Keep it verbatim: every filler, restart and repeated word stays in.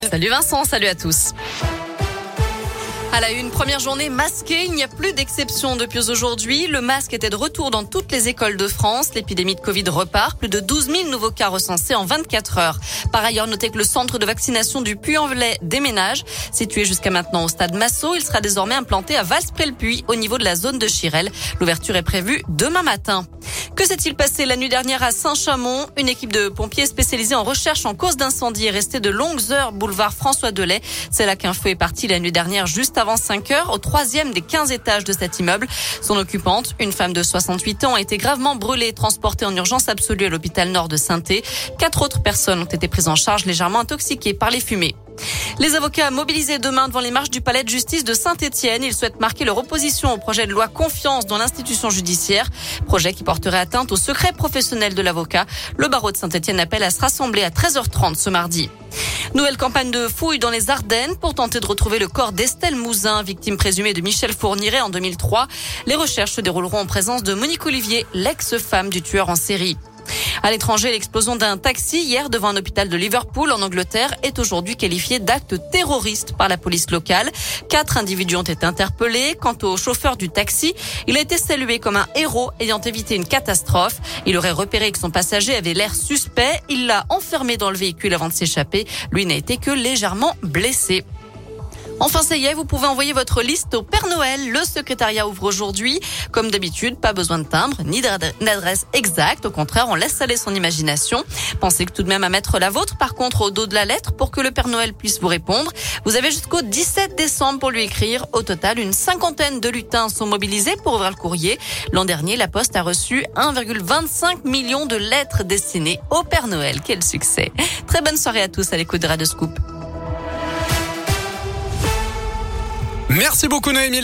Salut Vincent, salut à tous. À la une, première journée masquée, il n'y a plus d'exception depuis aujourd'hui. Le masque était de retour dans toutes les écoles de France. L'épidémie de Covid repart. Plus de douze mille nouveaux cas recensés en vingt-quatre heures. Par ailleurs, notez que le centre de vaccination du Puy-en-Velay déménage. Situé jusqu'à maintenant au stade Massot, il sera désormais implanté à Vals-près-le-Puy, au niveau de la zone de Chirel. L'ouverture est prévue demain matin. Que s'est-il passé la nuit dernière à Saint-Chamond? Une équipe de pompiers spécialisée en recherche en cause d'incendie est restée de longues heures boulevard François Delay. C'est là qu'un feu est parti la nuit dernière juste avant cinq heures au troisième des quinze étages de cet immeuble. Son occupante, une femme de soixante-huit ans, a été gravement brûlée et transportée en urgence absolue à l'hôpital nord de Saint-Thé. Quatre autres personnes ont été prises en charge légèrement intoxiquées par les fumées. Les avocats mobilisés demain devant les marches du palais de justice de Saint-Étienne. Ils souhaitent marquer leur opposition au projet de loi confiance dans l'institution judiciaire. Projet qui porterait atteinte au secret professionnel de l'avocat. Le barreau de Saint-Étienne appelle à se rassembler à treize heures trente ce mardi. Nouvelle campagne de fouilles dans les Ardennes pour tenter de retrouver le corps d'Estelle Mouzin, victime présumée de Michel Fourniret en deux mille trois. Les recherches se dérouleront en présence de Monique Olivier, l'ex-femme du tueur en série. À l'étranger, l'explosion d'un taxi hier devant un hôpital de Liverpool en Angleterre est aujourd'hui qualifiée d'acte terroriste par la police locale. Quatre individus ont été interpellés. Quant au chauffeur du taxi, il a été salué comme un héros ayant évité une catastrophe. Il aurait repéré que son passager avait l'air suspect. Il l'a enfermé dans le véhicule avant de s'échapper. Lui n'a été que légèrement blessé. Enfin, ça y est, vous pouvez envoyer votre liste au Père Noël. Le secrétariat ouvre aujourd'hui. Comme d'habitude, pas besoin de timbre ni d'adresse exacte. Au contraire, on laisse aller son imagination. Pensez tout de même à mettre la vôtre, par contre, au dos de la lettre pour que le Père Noël puisse vous répondre. Vous avez jusqu'au dix-sept décembre pour lui écrire. Au total, une cinquantaine de lutins sont mobilisés pour ouvrir le courrier. L'an dernier, la Poste a reçu un virgule vingt-cinq million de lettres destinées au Père Noël. Quel succès! Très bonne soirée à tous à l'écoute de Radio Scoop. Merci beaucoup Noémie.